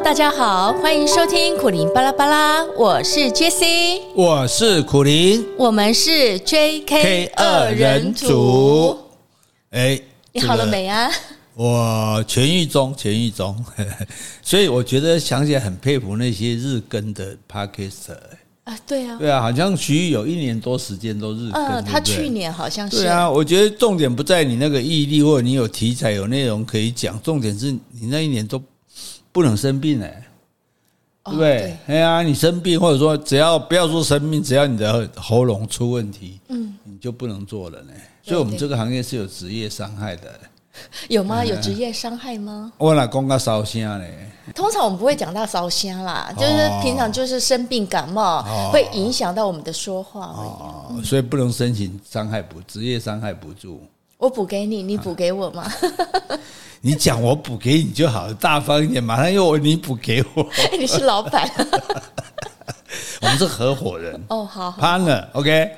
大家好，欢迎收听苦苓巴拉巴拉，我是 Jessie， 我是苦苓， 我们是 JK 二人组。你好了没啊？ 我痊愈中，所以我觉得想起来很佩服那些日更的 Podcaster。 对啊， 好像徐豫有1年多时间都日更， 他去年好像是。 对啊，我觉得重点不在你那个毅力，或者你有题材、有内容可以讲，重点是你那1年都不能生病对不对？你生病，或者说只要不要说生病，只要你的喉咙出问题，你就不能做了所以我们这个行业是有职业伤害的。 有吗？有职业伤害吗？ 我哪讲到烧声呢？ 通常我们不会讲到烧声啦，就是平常就是生病感冒，会影响到我们的说话而已。 所以不能申请职业伤害补助。 我补给你，你补给我吗？ 你讲我补给你就好了，大方一点，马上又你补给我。 你是老板。 我们是合伙人。 好 ，partner OK。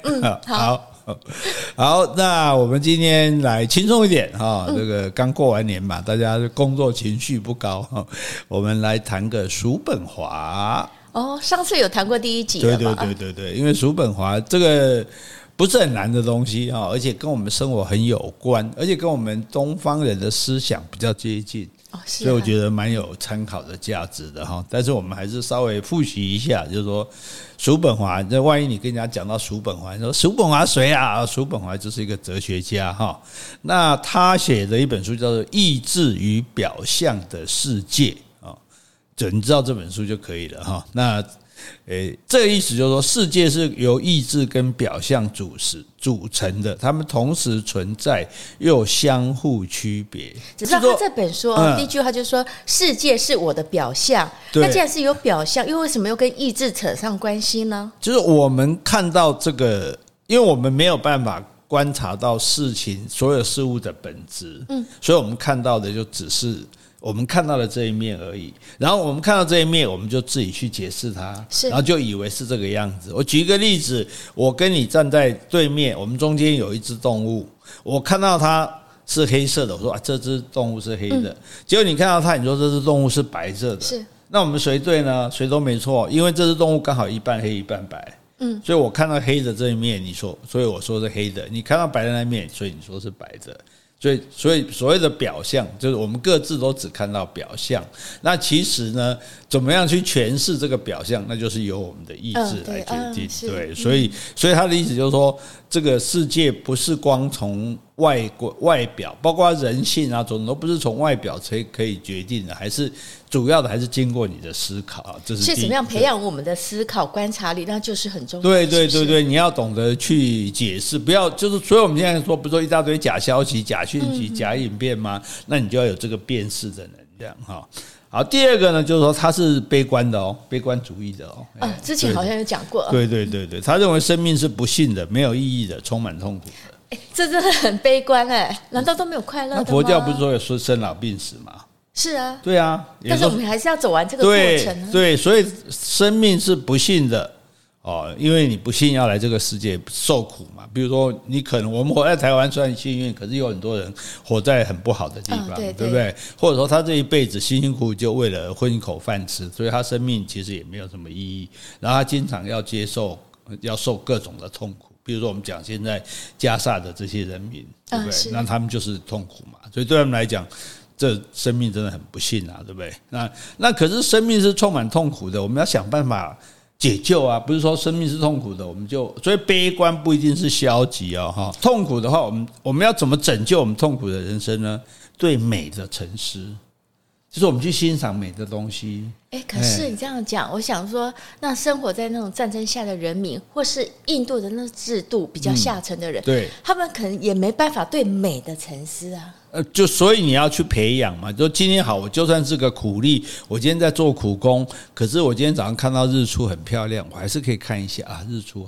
好，那我们今天来轻松一点这个刚过完年嘛，大家工作情绪不高我们来谈个叔本华。 上次有谈过第1集了吧？ 对，因为叔本华这个不是很难的东西而且跟我们生活很有关，而且跟我们东方人的思想比较接近。所以我觉得蛮有参考的价值的但是我们还是稍微复习一下，就是说叔本华，这万一你跟人家讲到叔本华，你说叔本华谁啊？叔本华就是一个哲学家那他写的一本书叫做《意志与表象的世界》你知道这本书就可以了那这个意思就是说，世界是由意志跟表象组成的，它们同时存在又相互区别。 只是他这本书第一句话就说世界是我的表象，那既然是有表象，又为什么又跟意志扯上关系呢？ 就是我们看到这个，因为我们没有办法观察到事情所有事物的本质，所以我们看到的就只是我们看到的这一面而已，然后我们看到这一面，我们就自己去解释它，然后就以为是这个样子。我举一个例子，我跟你站在对面，我们中间有一只动物，我看到它是黑色的，我说这只动物是黑的，结果你看到它，你说这只动物是白色的， 是， 那我们谁对呢？谁都没错，因为这只动物刚好一半黑一半白。所以我看到黑的这一面，所以我说是黑的；你看到白的那一面，所以你说是白的。所以所谓的表象，就是我们各自都只看到表象。那其实呢，怎么样去诠释这个表象，那就是由我们的意志来决定。对，所以他的意思就是说，这个世界不是光从外表，包括人性啊，种都不是从外表才可以决定的，还是主要的还是经过你的思考。这是怎么样培养我们的思考观察力，那就是很重要。 对，你要懂得去解释，不要就是，所以我们现在说，不是说一大堆假消息、假讯息、假影片吗？那你就要有这个辨识的能量好，第二个呢，就是说他是悲观的悲观主义的之前好像有讲过。 对，他认为生命是不幸的、没有意义的、充满痛苦的。 这真的很悲观难道都没有快乐的吗？ 那佛教不是说有说生老病死吗？ 是啊， 对啊， 但是我们还是要走完这个过程对，所以生命是不幸的因为你不幸要来这个世界受苦嘛。比如说你可能我们活在台湾算幸运，可是有很多人活在很不好的地方，对不对？或者说他这一辈子辛辛苦苦就为了混一口饭吃，所以他生命其实也没有什么意义，然后他经常要受各种的痛苦。比如说我们讲现在加沙的这些人民，对不对？那他们就是痛苦嘛，所以对他们来讲，这生命真的很不幸对不对？那可是生命是充满痛苦的，我们要想办法解救不是说生命是痛苦的，所以悲观不一定是消极痛苦的话，我们要怎么拯救我们痛苦的人生呢？对美的沉思，就是我们去欣赏美的东西。 可是你这样讲，我想说，那生活在那种战争下的人民，或是印度的那制度比较下层的人， 对， 他们可能也没办法对美的沉思就所以你要去培养嘛。就今天好，我就算是个苦力，我今天在做苦工，可是我今天早上看到日出很漂亮，我还是可以看一下日出好美。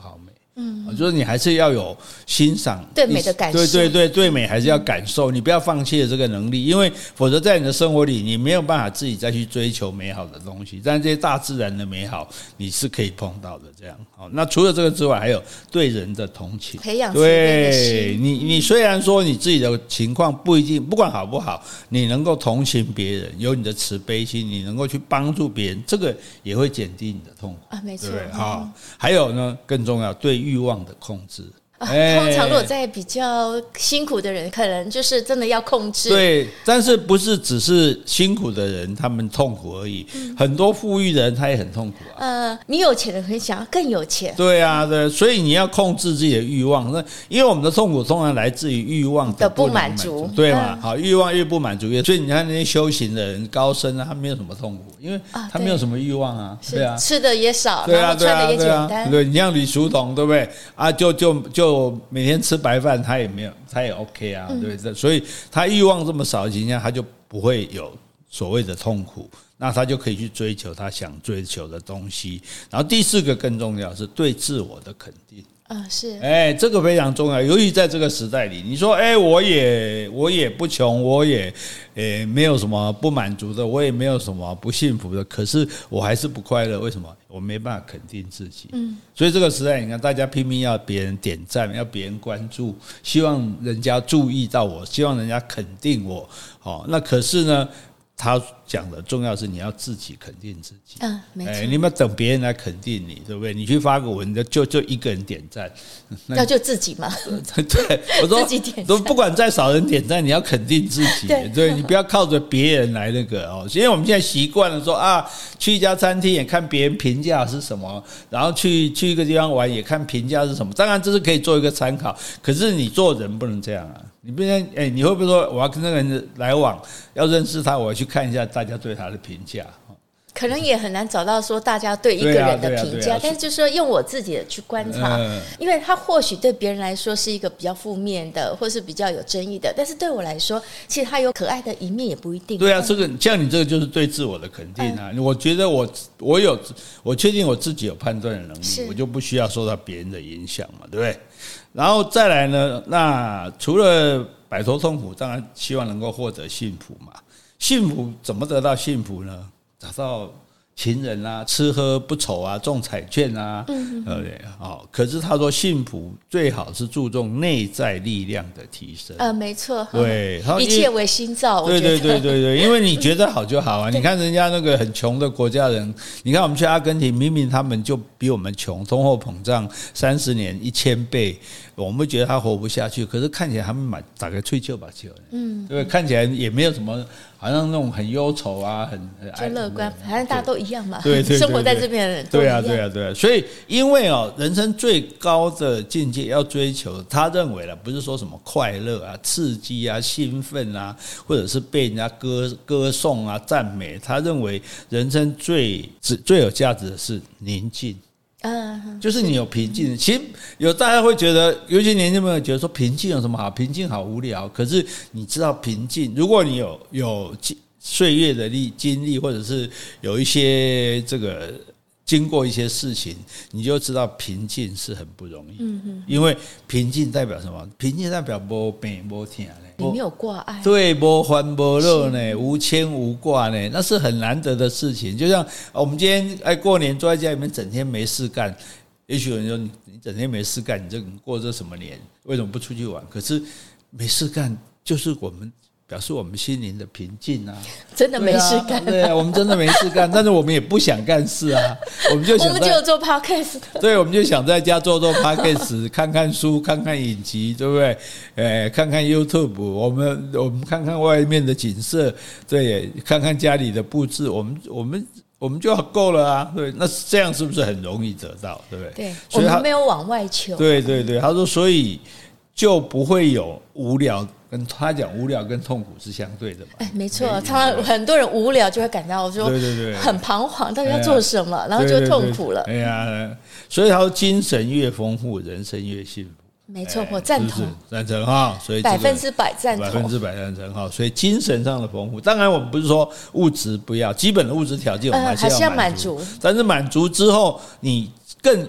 就是你还是要有欣赏对美的感受， 对美还是要感受，你不要放弃了这个能力，因为否则在你的生活里你没有办法自己再去追求美好的东西，但这些大自然的美好你是可以碰到的。这样那除了这个之外，还有对人的同情， 培养慈悲的心。 你虽然说你自己的情况不一定，不管好不好，你能够同情别人，有你的慈悲心，你能够去帮助别人，这个也会减低你的痛苦没错。 还有呢，更重要，对欲望的控制。 通常如果在比较辛苦的人，可能就是真的要控制。 对，但是不是只是辛苦的人他们痛苦而已，很多富裕的人他也很痛苦你有钱的人想要更有钱。 对啊，对，所以你要控制自己的欲望。那因为我们的痛苦通常来自于欲望的不满足，对嘛？好，欲望越不满足越，所以你看那些修行的人、高僧他没有什么痛苦，因为他没有什么欲望啊，对啊， 吃的也少，然后穿的也简单。 对，你像李叔同，对不对啊？就每天吃白饭，他也 OK 啊，对不对？所以他欲望这么少的情况下，他就不会有所谓的痛苦，那他就可以去追求他想追求的东西。然后第4个更重要是对自我的肯定。 是， 这个非常重要，尤其在这个时代里，你说，我也不穷，我也没有什么不满足的，我也没有什么不幸福的，可是我还是不快乐，为什么？我没办法肯定自己。所以这个时代，你看大家拼命要别人点赞，要别人关注，希望人家注意到我，希望人家肯定我。那可是呢？他讲的重要是你要自己肯定自己， 没错。 你们等别人来肯定你，对不对？你去发个文，就一个人点赞， 要就自己嘛。 对，我说自己点赞，不管再少人点赞，你要肯定自己，对，你不要靠着别人来那个因为我们现在习惯了说去一家餐厅也看别人评价是什么，然后去一个地方玩也看评价是什么。当然这是可以做一个参考，可是你做人不能这样啊。你不能你会不会说我要跟那个人来往，要认识他，我要去看一下大家对他的评价？ 可能也很难找到说大家对一个人的评价，但是就是说用我自己的去观察，因为他或许对别人来说是一个比较负面的，或是比较有争议的，但是对我来说，其实他有可爱的一面也不一定。 对啊，这个像你这个就是对自我的肯定啊。我觉得我确定我自己有判断的能力，我就不需要受到别人的影响嘛，对不对？然后再来呢，那除了摆脱痛苦，当然希望能够获得幸福嘛。幸福怎么得到幸福呢？找到情人啊，吃喝不愁啊，中彩券啊，可是他说幸福最好是注重内在力量的提升。 没错， 对， 一切为心造。 对，因为你觉得好就好啊。你看人家那个很穷的国家人，你看我们去阿根廷，明明他们就比我们穷，通货膨胀30年1000倍，我们觉得他活不下去，可是看起来他们打个吹球吧球，对不对？看起来也没有什么，好像那种很忧愁啊，很乐观，反正大家都一样嘛。 对， 生活在这边的人都一样。 对啊。所以因为人生最高的境界要追求，他认为不是说什么快乐啊、刺激啊、兴奋啊，或者是被人家歌颂啊、赞美，他认为人生最有价值的是宁静。就是你有平静，其实大家会觉得，尤其年轻朋友觉得说平静有什么好？平静好无聊。可是你知道平静，如果你有岁月的经历，或者是有一些这个经过一些事情，你就知道平静是很不容易。因为平静代表什么？平静代表没病没痛呢， 你没有挂碍， 对，没烦没乐呢，无牵无挂呢，那是很难得的事情。就像我们今天过年坐在家里面，整天没事干，也许有人说你整天没事干，你这过这什么年？为什么不出去玩？可是没事干，就是表示我们心灵的平静啊， 真的没事干。 对啊，我们真的没事干，但是我们也不想干事啊，我们就做 podcast。 对，我们就想在家做 podcast， 看看书，看看影集，对不对？看看 YouTube， 我们看看外面的景色，对，看看家里的布置，我们就够了啊。对，那这样是不是很容易得到？对不对？ 对，我们没有往外求。 对，他说，所以就不会有无聊。跟他讲，无聊跟痛苦是相对的嘛？ 没错，常常很多人无聊就会感到说，很彷徨，到底要做什么，然后就痛苦了。 所以他说，精神越丰富，人生越幸福。 没错，我赞同， 赞成哈，所以 100%赞同 ，100%赞成哈。所以精神上的丰富，当然我们不是说物质不要，基本的物质条件我们还是要满足，但是满足之后，你更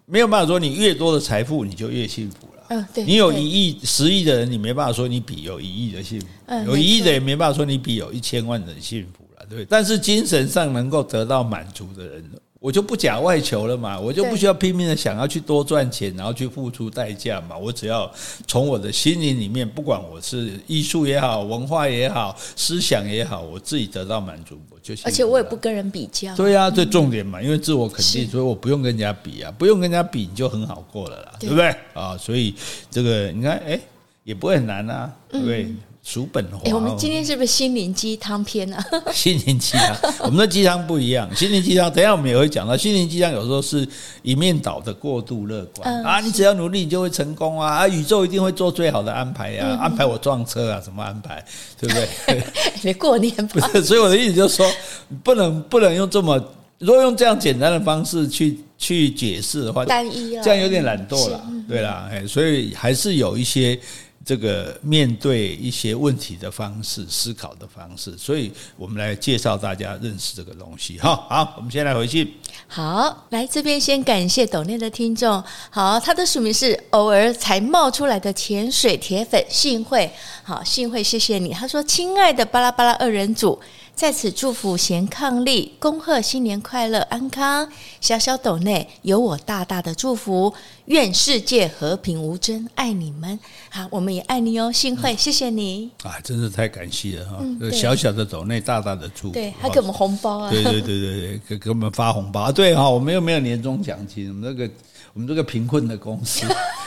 没有办法说你越多的财富你就越幸福了。 对， 你有1亿、10亿的人，你没办法说你比有1亿的幸福，有1亿的也没办法说你比有1000万的幸福了，对不对？但是精神上能够得到满足的人，我就不讲外求了嘛，我就不需要拼命的想要去多赚钱，然后去付出代价嘛。我只要从我的心灵里面，不管我是艺术也好，文化也好，思想也好，我自己得到满足，我就幸福了。 而且我也不跟人比较。 对啊，最重点嘛，因为自我肯定，所以我不用跟人家比啊，不用跟人家比，你就很好过了啦，对不对啊？所以这个你看，也不会很难啊，对不对？叔本华， 我们今天是不是心灵鸡汤篇啊？ 心灵鸡汤，我们的鸡汤不一样。心灵鸡汤，等一下我们也会讲到，心灵鸡汤有时候是一面倒的过度乐观啊，你只要努力，你就会成功啊！宇宙一定会做最好的安排啊，安排我撞车啊，什么安排，对不对？ 你过年吧。 不是，所以我的意思就是说，不能用这么，如果用这样简单的方式去解释的话， 单一啊， 这样有点懒惰了，对啦，所以还是有一些。这个面对一些问题的方式，思考的方式，所以我们来介绍大家认识这个东西。好，我们先来回信。 好，来这边先感谢抖内的听众。好，他的署名是偶尔才冒出来的潜水铁粉信慧。好，信慧，谢谢你。他说：“亲爱的巴拉巴拉二人组，在此祝福贤伉俪，恭贺新年快乐安康。小小抖内有我大大的祝福，愿世界和平无争，爱你们。好，我们也爱你哦，信慧，谢谢你啊，真是太感谢了哈！小小的抖内，大大的祝福， 对，还给我们红包啊， 对，给我们发红包啊，对哈，我们又没有年终奖金，我们这个贫困的公司，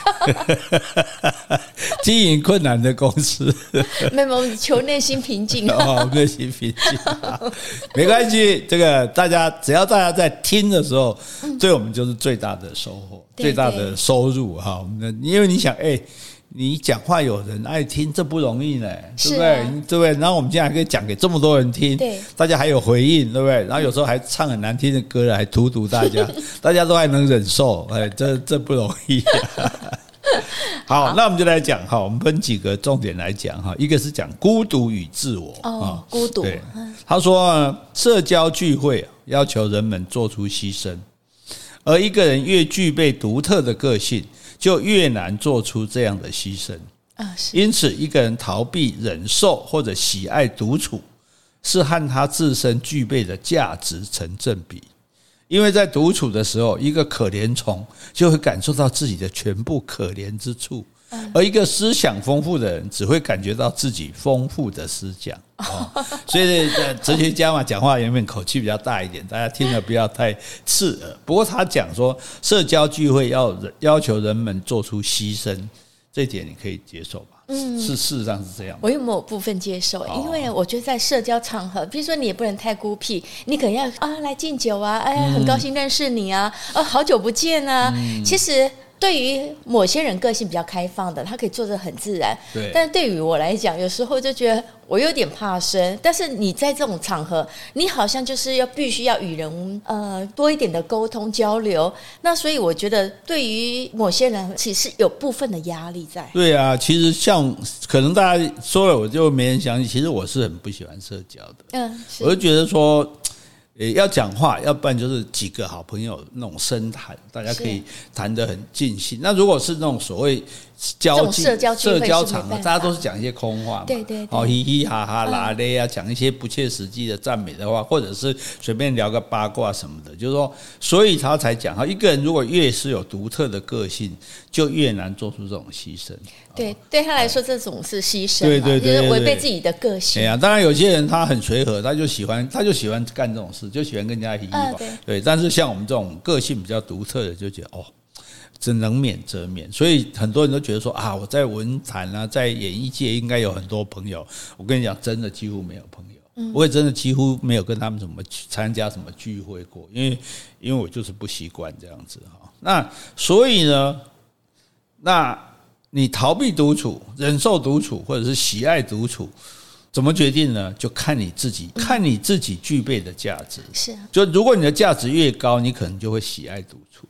经营困难的公司， 没有，我们求内心平静内心平静，没关系，这个只要大家在听的时候，对我们就是最大的收获，最大的收入哈。因为你想，你讲话有人爱听，这不容易呢，对不对？对不对？然后我们现在还可以讲给这么多人听，大家还有回应，对不对？然后有时候还唱很难听的歌来荼毒大家，大家都还能忍受，这不容易。好，那我们就来讲哈，我们分几个重点来讲哈。一个是讲孤独与自我孤独。 对，他说社交聚会要求人们做出牺牲，而一个人越具备独特的个性，就越难做出这样的牺牲。因此，一个人逃避、忍受或者喜爱独处，是和他自身具备的价值成正比。因为在独处的时候，一个可怜虫就会感受到自己的全部可怜之处，而一个思想丰富的人只会感觉到自己丰富的思想。所以哲学家嘛，讲话原本口气比较大一点，大家听了不要太刺耳。不过他讲说，社交聚会要求人们做出牺牲，这点你可以接受吧？事实上是这样。 我有某部分接受，因为我觉得在社交场合，比如说你也不能太孤僻，你可能要来敬酒啊，很高兴认识你啊，好久不见啊。其实对于某些人个性比较开放的，他可以做得很自然。 对。 但对于我来讲，有时候就觉得我有点怕生。但是你在这种场合，你好像就是必须要与人多一点的沟通交流。那所以我觉得，对于某些人，其实有部分的压力在。 对啊，其实像可能大家说了，我就没人相信。其实我是很不喜欢社交的。我就觉得说。要讲话，要不然就是几个好朋友那种深谈，大家可以谈得很尽兴。那如果是那种所谓社交场合，大家都是讲一些空话嘛， 对， 嘻嘻哈哈啦咧啊，讲一些不切实际的赞美的话，或者是随便聊个八卦什么的，就是说，所以他才讲，一个人如果越是有独特的个性，就越难做出这种牺牲。 对他来说，这种是牺牲， 对， 就是违背自己的个性。 当然有些人他很随和，他就喜欢干这种事，就喜欢跟人家嘻嘻哈哈。对，但是像我们这种个性比较独特的，就觉得只能免则免。所以很多人都觉得说我在文坛啊，在演艺界应该有很多朋友。我跟你讲，真的几乎没有朋友。我也真的几乎没有跟他们参加什么聚会过，因为我就是不习惯这样子哈。那所以呢，那你逃避独处、忍受独处，或者是喜爱独处，怎么决定呢？就看你自己具备的价值。 是， 就如果你的价值越高，你可能就会喜爱独处。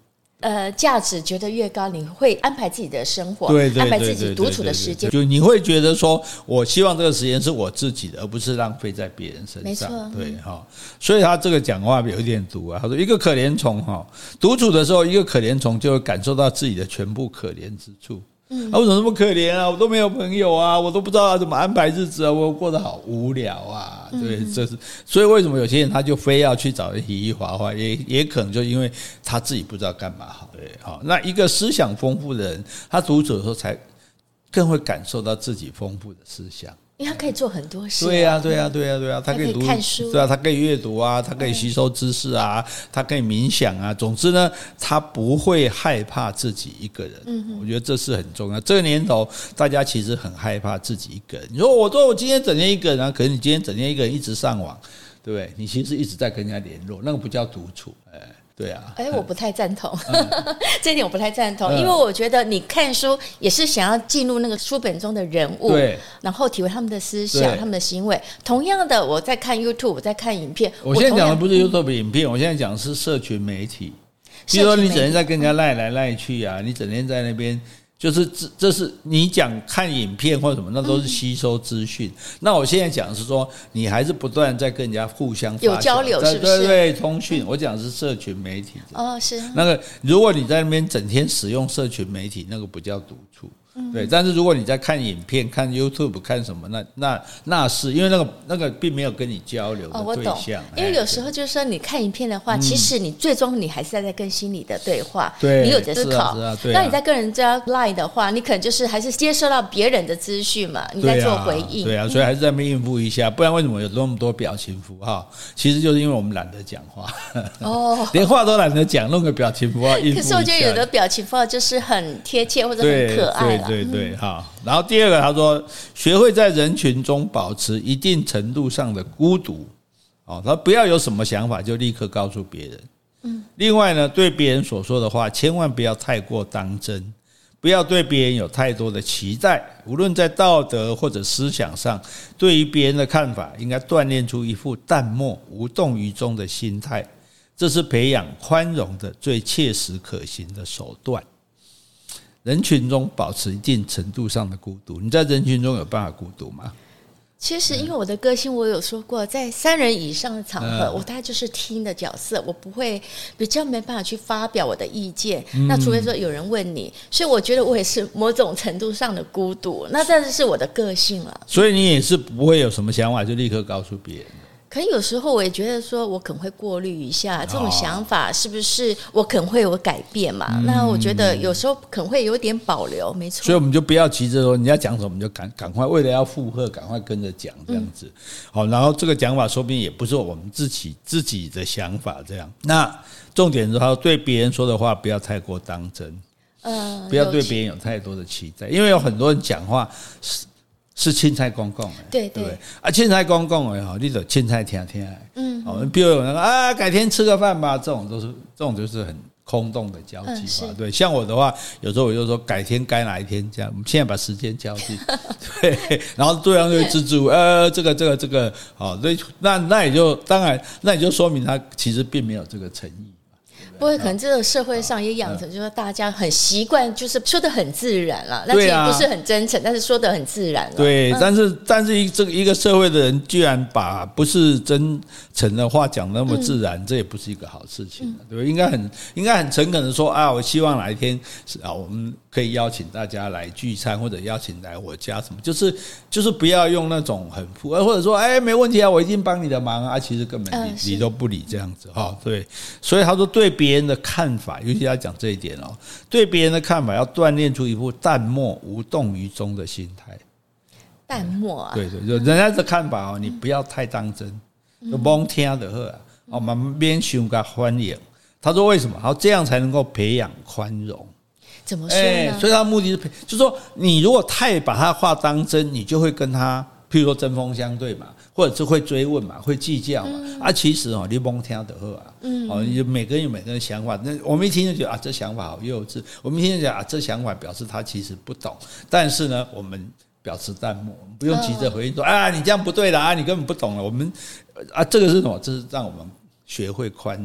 价值觉得越高，你会安排自己的生活， 对， 安排自己独处的时间， 就你会觉得说，我希望这个时间是我自己的，而不是浪费在别人身上。 没错， 对哈。所以他这个讲话有一点毒啊。他说，一个可怜虫哈，独处的时候，一个可怜虫就会感受到自己的全部可怜之处。我怎么那么可怜啊？我都没有朋友啊，我都不知道怎么安排日子啊，我过得好无聊啊。对，这是所以为什么有些人他就非要去找人嘻嘻哈哈，也可能就因为他自己不知道干嘛好。对，好，那一个思想丰富的人，他独处的时候才更会感受到自己丰富的思想。 因为他可以做很多事。 对啊，他可以看书， 对啊，他可以阅读啊，他可以吸收知识啊，他可以冥想啊。总之呢，他不会害怕自己一个人。我觉得这是很重要。这个年头，大家其实很害怕自己一个人。你说我今天整天一个人啊，可是你今天整天一个人一直上网，对不对？你其实一直在跟人家联络，那个不叫独处。对啊， 我不太赞同，这一点我不太赞同，因为我觉得你看书也是想要进入那个书本中的人物， 对， 然后体会他们的思想、他们的行为。同样的，我在看 YouTube， 我在看影片。 我现在讲的不是 YouTube 影片，我现在讲的是社群媒体。比如说，你整天在跟人家赖来赖去啊，你整天在那边。就是这是你讲看影片或者什么，那都是吸收资讯。那我现在讲的是说，你还是不断在跟人家互相有交流，是不是？ 对，通讯。我讲的是社群媒体。 是那个，如果你在那边整天使用社群媒体，那个不叫独处。对，但是如果你在看影片、看 YouTube、看什么，那是因为那个并没有跟你交流的对象。 我懂，因为有时候就是说，你看影片的话，其实你最终你还是在跟心理的对话， 对， 你有思考。 那你在跟人家 line 的话，你可能就是还是接收到别人的资讯嘛，你在做回应。 对啊，所以还是在那边应付一下，不然为什么有那么多表情符号？其实就是因为我们懒得讲话，连话都懒得讲，弄个表情符号应付一下。 可是我觉得有的表情符号就是很贴切或者很可爱。 对，好。然后第二个，他说，学会在人群中保持一定程度上的孤独。他不要有什么想法就立刻告诉别人。另外呢，对别人所说的话，千万不要太过当真，不要对别人有太多的期待。无论在道德或者思想上，对于别人的看法，应该锻炼出一副淡漠无动于衷的心态。这是培养宽容的最切实可行的手段。人群中保持一定程度上的孤独，你在人群中有办法孤独吗？ 其实因为我的个性，我有说过，在3人以上的场合，我大概就是听的角色，我不会比较没办法去发表我的意见。那除非说有人问你，所以我觉得我也是某种程度上的孤独。那这是我的个性了。 所以你也是不会有什么想法就立刻告诉别人。 可有时候我也觉得说，我可能会过滤一下这种想法，是不是我可能会有改变嘛？那我觉得有时候可能会有点保留，没错。 所以我们就不要急着说人家讲什么，我们就赶快为了要附和，赶快跟着讲这样子。好，然后这个讲法说不定也不是我们自己的想法这样。那重点是他对别人说的话不要太过当真，不要对别人有太多的期待，因为有很多人讲话是凊彩讲讲的， 对不对？凊彩讲讲的你就凊彩听听的。比如有人改天吃个饭吧，这种就是很空洞的交际话。对，像我的话，有时候我就说改天该哪一天这样，我们现在把时间交定，对，然后对方就会支支吾这个，好，所以那也就当然，那也就说明他其实并没有这个诚意。 不会，可能这个社会上也养成，就是大家很习惯，就是说的很自然了。那其实不是很真诚，但是说的很自然了。对， 但是一个社会的人居然把不是真诚的话讲那么自然，这也不是一个好事情，对不对？应该很诚恳的说我希望哪一天我们可以邀请大家来聚餐，或者邀请来我家什么，就是不要用那种很或者说没问题啊，我一定帮你的忙啊，其实根本理都不理这样子对，所以他说对别人的看法，尤其要讲这一点对别人的看法要锻炼出一副淡漠无动于衷的心态。 淡漠啊， 对，就人家的看法你不要太当真，就罔听就好慢慢免想甲欢迎。他说为什么？他说这样才能够培养宽容。 怎么说呢？ 所以他的目的是就是说，你如果太把他话当真，你就会跟他譬如说针锋相对嘛，或者是会追问嘛，会计较嘛。其实你罔听就好你每个人有每个人的想法，那我们一听就觉得这想法好幼稚，我们一听就讲这想法表示他其实不懂，但是呢，我们表示淡漠，我们不用急着回应说你这样不对啦，你根本不懂了。我们这个是什么？这是让我们学会宽容。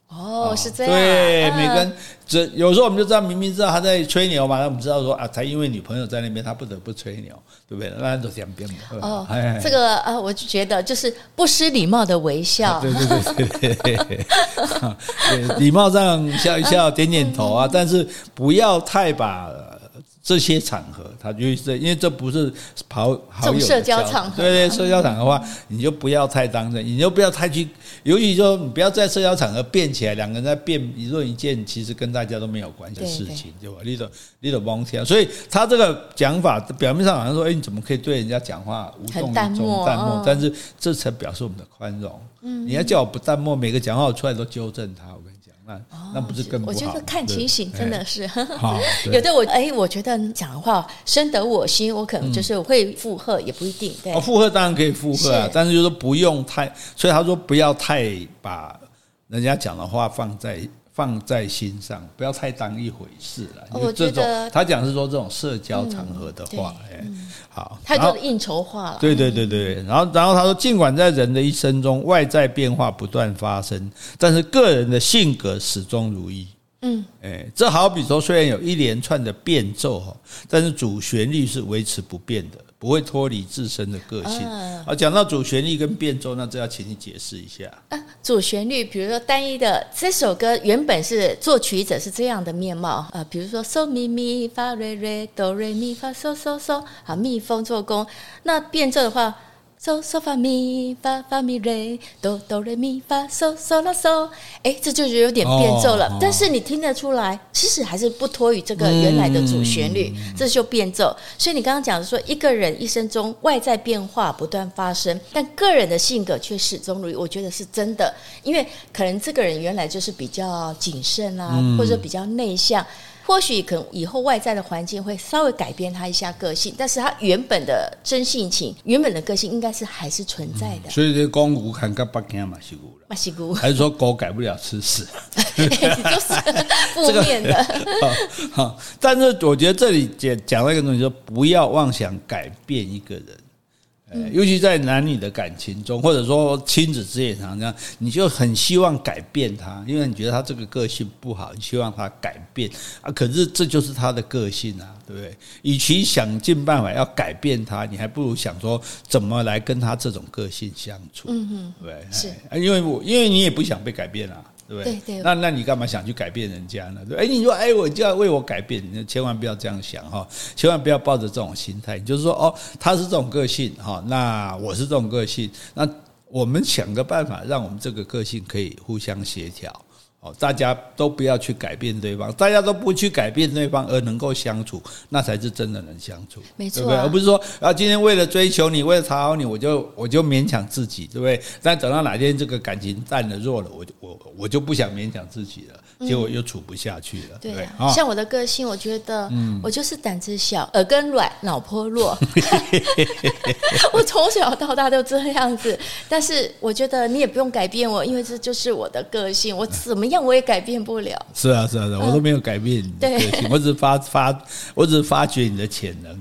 是这样。 对，每个人有时候我们就知道，明明知道他在吹牛嘛，那我们知道说啊，他因为女朋友在那边，他不得不吹牛，对不对？那就两边嘛。 这个我就觉得就是不失礼貌的微笑。 对，礼貌上笑一笑，点点头啊，但是不要太把这些场合，他就是因为这不是好友的社交场合， 对，社交场合的话，你就不要太当真，你就不要太去，尤其说你不要在社交场合辩起来，两个人在辩一论一件，其实跟大家都没有关系的事情，对吧？你都忘掉，所以他这个讲法表面上好像说，你怎么可以对人家讲话无动于衷、淡漠？但是这才表示我们的宽容。你要叫我不淡漠，每个讲话我出来都纠正他，我跟你讲。那不是更不好？ 我觉得看情形真的是，有的我觉得讲话深得我心，我可能就是会附和，也不一定。对， 附和当然可以附和啊，但是就是不用太，所以他说不要太把人家讲的话放在心上，不要太当一回事了。 我觉得他讲是说这种社交场合的话，好， 他就是应酬化了。 对，然后他说，尽管在人的一生中外在变化不断发生，但是个人的性格始终如一。这好比说，虽然有一连串的变奏，但是主旋律是维持不变的，不会脱离自身的个性。讲到主旋律跟变奏，那这要请你解释一下。 主旋律，比如说单一的这首歌原本是作曲者是这样的面貌，比如说嗦咪咪发瑞瑞哆瑞咪发嗦嗦嗦，好，蜜蜂做工。那变奏的话，嗦嗦发咪发发咪瑞哆哆瑞咪发嗦嗦啦嗦，这就有点变奏了。但是你听得出来，其实还是不脱于这个原来的主旋律，这就变奏。所以你刚刚讲的说，一个人一生中外在变化不断发生，但个人的性格却始终如一，我觉得是真的。因为可能这个人原来就是比较谨慎啊，或者比较内向。或许可能以后外在的环境会稍微改变他一下个性，但是他原本的真性情、原本的个性应该是还是存在的。 所以这公牛看跟北京嘛是牛了， 嘛是牛， 还是说狗改不了吃屎？ 就是负面的。 但是我觉得这里讲到一个东西，说不要妄想改变一个人。尤其在男女的感情中，或者说亲子之间常这样，你就很希望改变他，因为你觉得他这个个性不好，你希望他改变啊。可是这就是他的个性啊，对不对？与其想尽办法要改变他，你还不如想说怎么来跟他这种个性相处，对，是因为你也不想被改变啊。对不对？对，那你干嘛想去改变人家呢？对，你说我就要为我改变，你千万不要这样想哈，千万不要抱着这种心态。就是说他是这种个性哈，那我是这种个性，那我们想个办法，让我们这个个性可以互相协调。大家都不要去改变对方，大家都不去改变对方而能够相处，那才是真的能相处， 没错， 对不对？而不是说今天为了追求你，为了讨好你，我就勉强自己，对不对？但等到哪天这个感情淡了弱了，我就不想勉强自己了，结果又处不下去了，对不对？ 像我的个性，我觉得我就是胆子小，耳根软，脑波弱。我从小到大都这样子，但是我觉得你也不用改变我，因为这就是我的个性，我怎么样我也改变不了。是啊，我都没有改变你的个性，我只是发掘你的潜能。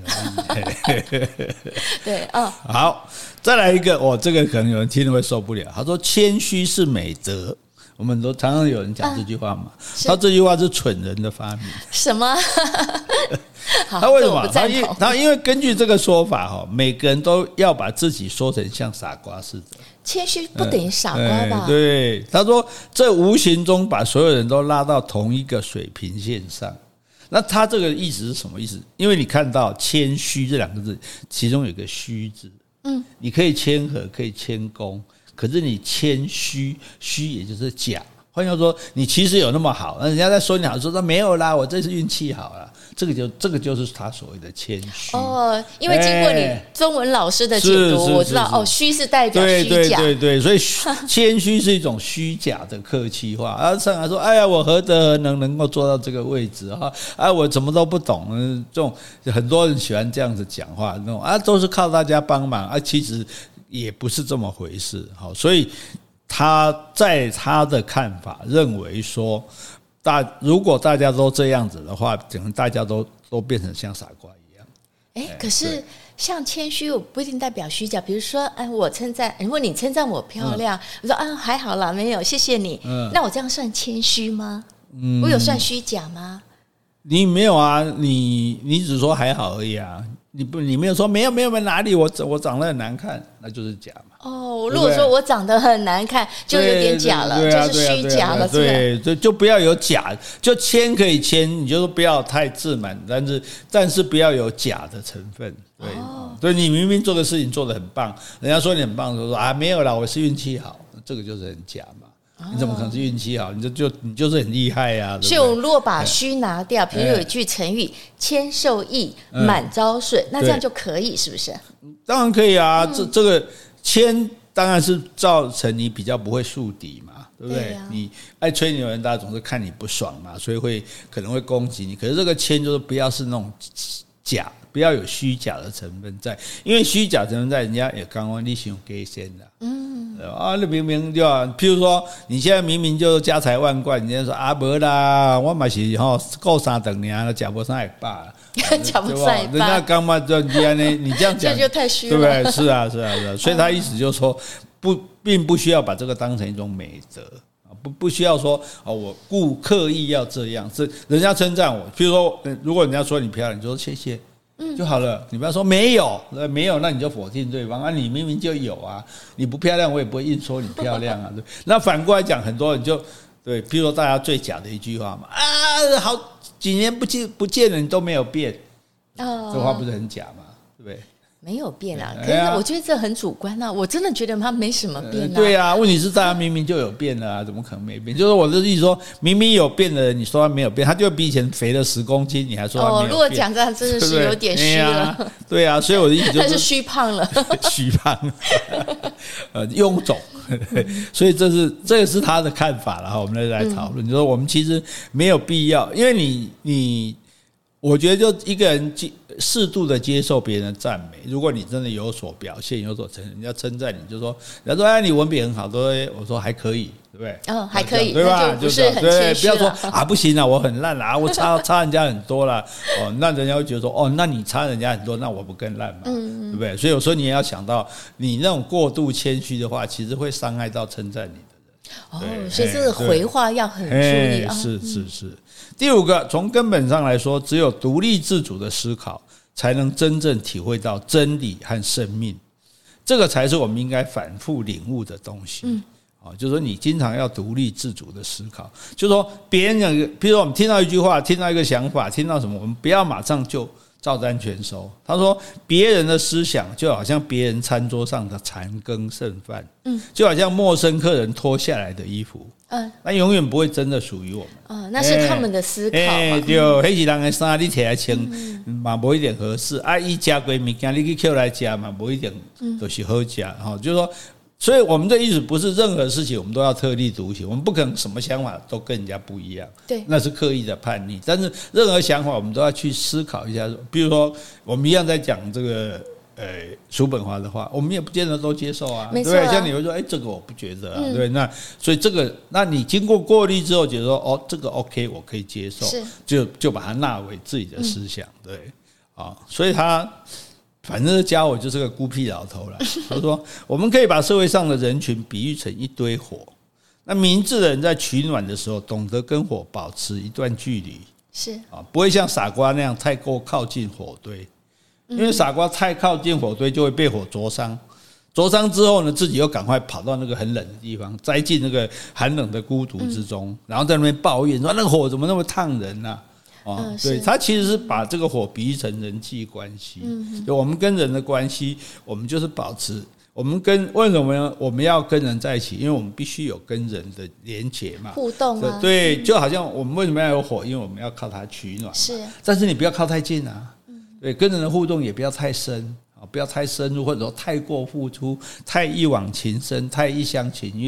对， 好，再来一个，这个可能有人听了会受不了。他说谦虚是美德，我们都常常有人讲这句话嘛。他这句话是蠢人的发明。 什么？ 他为什么？他因为根据这个说法，每个人都要把自己说成像傻瓜似的。 谦虚不等于傻瓜吧？ 对，他说这无形中把所有人都拉到同一个水平线上。那他这个意思是什么意思？因为你看到谦虚这两个字，其中有个虚字。你可以谦和，可以谦恭，可是你谦虚，虚也就是假。换句话说，你其实有那么好，人家在说你好，说没有啦，我这次运气好啦。这个就是他所谓的谦虚。 因为经过你中文老师的解读，我知道虚是代表虚假。 对，所以谦虚是一种虚假的客气话。上来说，哎呀，我何德何能够做到这个位置啊？我什么都不懂。这种很多人喜欢这样子讲话，那种都是靠大家帮忙其实也不是这么回事。好，所以他在他的看法认为说，如果大家都这样子的话，可能大家都变成像傻瓜一样。 可是像谦虚我不一定代表虚假，比如说我称赞，如果你称赞我漂亮，我说还好啦，没有，谢谢你，那我这样算谦虚吗？我有算虚假吗？ 你没有啊，你只说还好而已啊，你没有说没有哪里我长得很难看，那就是假嘛。 如果说我长得很难看，就有点假了，就是虚假了， 对，就不要有假，就谦可以谦，你就不要太自满，但是不要有假的成分。对，所以你明明做个事情做得很棒，人家说你很棒，说没有啦，我是运气好，这个就是很假嘛。你怎么可能是运气好？你就是很厉害呀！ 所以，我们如果把虚拿掉，比如有一句成语“谦受益，满招损”，那这样就可以，是不是？ 当然可以啊！这个谦当然是造成你比较不会树敌嘛，对不对？你爱吹牛的人，大家总是看你不爽嘛，所以可能会攻击你。可是这个谦就是不要是那种假，不要有虚假的成分在，因为虚假成分在，人家也刚刚你想给先的。那明明对吧？譬如说，你现在明明就家财万贯，你现在说没啦，我嘛是够三等年，假不上一把， 假不上一把， 人家刚嘛就你这样讲， 这就太虚了， 对不对？是啊，所以他意思就是说，并不需要把这个当成一种美德。不需要说我刻意要这样，是人家称赞我。譬如说，如果人家说你漂亮，你就说谢谢。就好了，你不要说没有，那你就否定对方啊！你明明就有啊，你不漂亮，我也不会硬说你漂亮啊。对，那反过来讲，很多人就对，譬如说大家最假的一句话嘛，好几年不见了，你都没有变，这话不是很假吗？对不对？ 没有变啊，可是我觉得这很主观啊，我真的觉得他没什么变啊。 对啊，问题是大家明明就有变了啊，怎么可能没变？就是我的意思说，明明有变的人，你说他没有变，他就比以前肥了10公斤，你还说他没有变。 如果讲这样，真的是有点虚了。 对啊，所以我的意思就是， 他是虚胖了， 虚胖，臃肿。所以这个是他的看法了哈，我们来讨论。就说我们其实没有必要，因为你。我觉得就一个人适度的接受别人的赞美，如果你真的有所表现、有所成，人家称赞你，就说，人家说你文笔很好，我说还可以，对不对？ 还可以， 对吧？ 就不是很谦虚不要说不行啊，我很烂啦，我差人家很多啦，那人家会觉得说，那你差人家很多，那我不更烂嘛，对不对？所以有时候你也要想到，你那种过度谦虚的话，其实会伤害到称赞你的人。 所以这个回话要很注意啊。 是。第5个，从根本上来说，只有独立自主的思考，才能真正体会到真理和生命。这个才是我们应该反复领悟的东西。就是说你经常要独立自主的思考，就是说别人讲，譬如说我们听到一句话，听到一个想法，听到什么，我们不要马上就照单全收。他说别人的思想就好像别人餐桌上的残羹剩饭，就好像陌生客人脱下来的衣服，那永远不会真的属于我们。 那是他们的思考嘛。 对，那是人的衫，你摕来穿嘛，不一定合适。伊吃过物件，你去捡来吃嘛，不一定就是好吃。就是说，所以我们的意思不是任何事情我们都要特立独行，我们不可能什么想法都跟人家不一样， 对， 那是刻意的叛逆。但是任何想法我们都要去思考一下，比如说我们一样在讲这个叔本华的话，我们也不见得都接受啊， 对不对？像你会说，这个我不觉得啊，对，那所以这个，那你经过过滤之后，觉得说，这个 OK， 我可以接受，就把它纳为自己的思想，对，所以他反正家伙就是个孤僻老头了。他说，我们可以把社会上的人群比喻成一堆火，那明智的人在取暖的时候，懂得跟火保持一段距离，不会像傻瓜那样太过靠近火堆。因为傻瓜太靠近火堆就会被火灼伤，灼伤之后呢，自己又赶快跑到那个很冷的地方，栽进那个寒冷的孤独之中，然后在那边抱怨说那个火怎么那么烫人啊？对，他其实是把这个火比喻成人际关系，就我们跟人的关系，我们就是保持我们为什么我们要跟人在一起？因为我们必须有跟人的连结嘛， 互动啊， 对，就好像我们为什么要有火？因为我们要靠它取暖，但是你不要靠太近啊。对，跟人的互动也不要太深，不要太深入，或者说太过付出，太一往情深，太一厢情愿，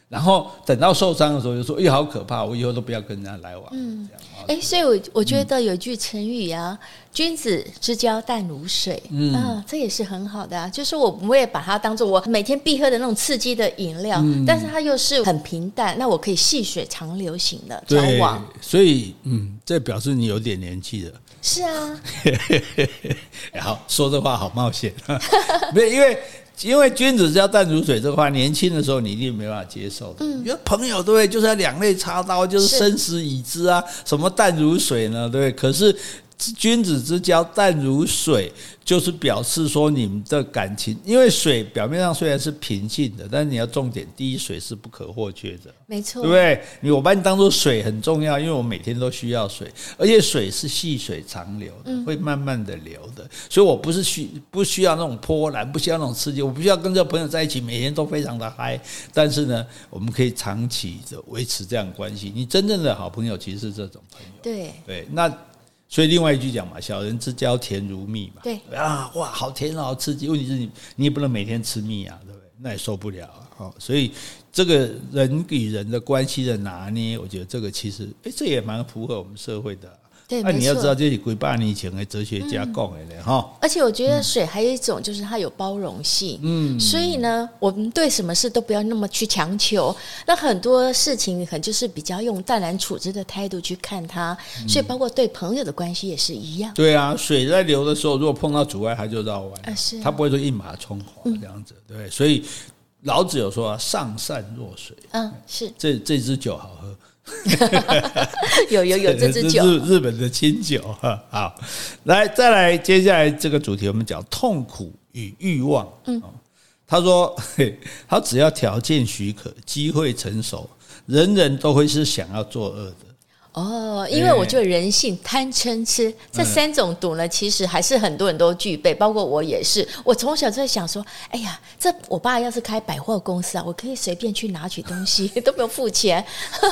然后等到受伤的时候就说哎好可怕，我以后都不要跟人家来往。 所以我觉得有一句成语啊，君子之交淡如水，这也是很好的啊。就是我也把它当做我每天必喝的那种刺激的饮料，但是它又是很平淡，那我可以细水长流型的交往。 所以这表示你有点年纪了。 是啊。 好，说这话好冒险。因为君子之交淡如水这话，年轻的时候你一定没办法接受的。你说朋友对不对，就是要两肋插刀，就是生死以之啊，什么淡如水呢？对不对？可是君子之交淡如水，就是表示说你们的感情，因为水表面上虽然是平静的，但是你要重点，第一，水是不可或缺的， 没错， 对不对？我把你当作水很重要，因为我每天都需要水，而且水是细水长流的，会慢慢的流的，所以我不需要那种波澜，不需要那种刺激，我不需要跟这个朋友在一起每天都非常的嗨，但是呢，我们可以长期的维持这样的关系。你真正的好朋友其实是这种朋友，对，那。所以另外一句讲嘛，小人之交甜如蜜嘛。 对啊，哇，好甜哦，好刺激。问题是你也不能每天吃蜜啊，对不对？那也受不了啊。所以这个人与人的关系的拿捏，我觉得这个其实，这也蛮符合我们社会的。 对， 你要知道这是几百年前的哲学家讲的哈。 而且我觉得水还有一种就是它有包容性，所以呢，我们对什么事都不要那么去强求。那很多事情可能就是比较用淡然处之的态度去看它，所以包括对朋友的关系也是一样。 对啊，水在流的时候，如果碰到阻碍，它就绕弯， 是它不会说一马冲垮这样子，对。所以老子有说上善若水， 是这支酒好喝。 有这支酒， 日本的清酒。好，再来，接下来这个主题我们讲痛苦与欲望。他说他只要条件许可，机会成熟，人人都会是想要作恶的。 因为我觉得人性贪嗔痴这三种毒呢，其实还是很多人都具备，包括我也是。我从小就在想说，哎呀，这我爸要是开百货公司啊，我可以随便去拿取东西，都不用付钱。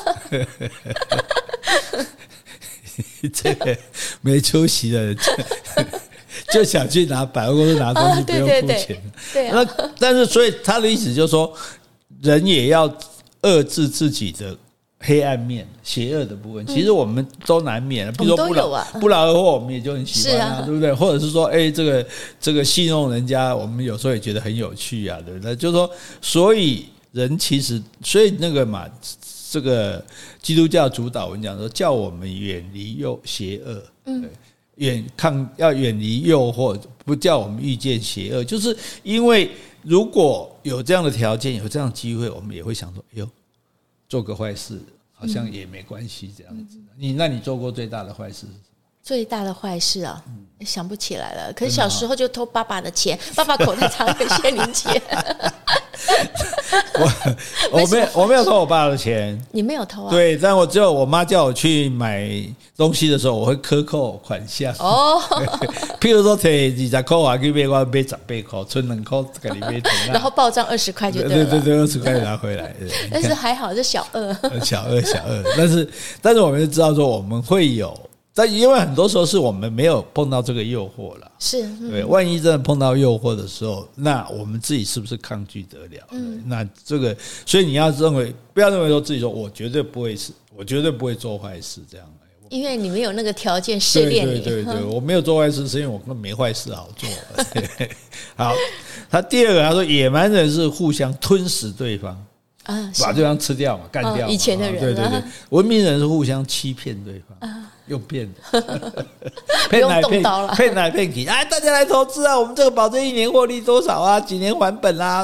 这个没出息的人就想去拿百货公司拿东西，不用付钱。 对， 但是所以他的意思就是说，人也要遏制自己的黑暗面、邪恶的部分，其实我们都难免。比如说不劳而获，我们也就很喜欢对不对？或者是说，这个戏弄人家，我们有时候也觉得很有趣啊，对不对？就是说，所以人其实，所以那个嘛，这个基督教主导文讲说，叫我们远离邪恶，要远离诱惑，不叫我们遇见邪恶，就是因为如果有这样的条件，有这样的机会，我们也会想说，做个坏事好像也没关系这样子。那你做过最大的坏事是什么？ 最大的坏事啊，想不起来了。可是小时候就偷爸爸的钱，爸爸口袋藏了些零钱。 我没有偷我爸的钱。 你没有偷啊？ 对，但我只有我妈叫我去买东西的时候，我会克扣款项。譬如说提20块啊，去买我买10块，存2块给你买。 然后报账20块就对了。 对，20块拿回来。 但是还好是小二。 小二。但是我们就知道说我们会有。但因为很多时候是我们没有碰到这个诱惑了，对，万一真的碰到诱惑的时候，那我们自己是不是抗拒得了？那这个，所以你要不要认为说自己说我绝对不会做坏事这样， 因为你没有那个条件试炼你。 对，我没有做坏事，是因为我没坏事好做。好，他第二个他说，野蛮人是互相吞噬对方。把对方吃掉嘛，干掉。 以前的人， 对，文明人是互相欺骗对方，用骗的， 骗来骗去，大家来投资啊，我们这个保证1年获利多少啊，几年还本啦，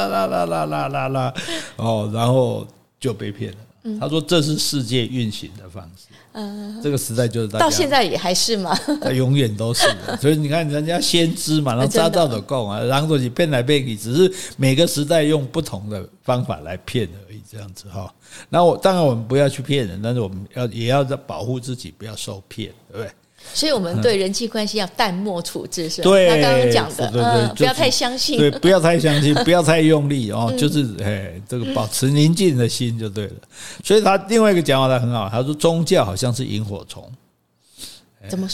然后就被骗了。他说这是世界运行的方式。这个时代就是大家到现在也还是嘛， 永远都是的。所以你看人家先知嘛，然后扎到的供啊，然后就骗来骗去，只是每个时代用不同的方法来骗而已，这样子哈。那当然我们不要去骗人，但是我们也要保护自己，不要受骗，对不对？ 所以我们对人际关系要淡漠处置，是吧？ 对， 他刚刚讲的， 对， 不要太相信， 对，不要太相信，不要太用力哦，就是这个保持宁静的心就对了。所以他另外一个讲法他很好，他说宗教好像是萤火虫。 怎么说？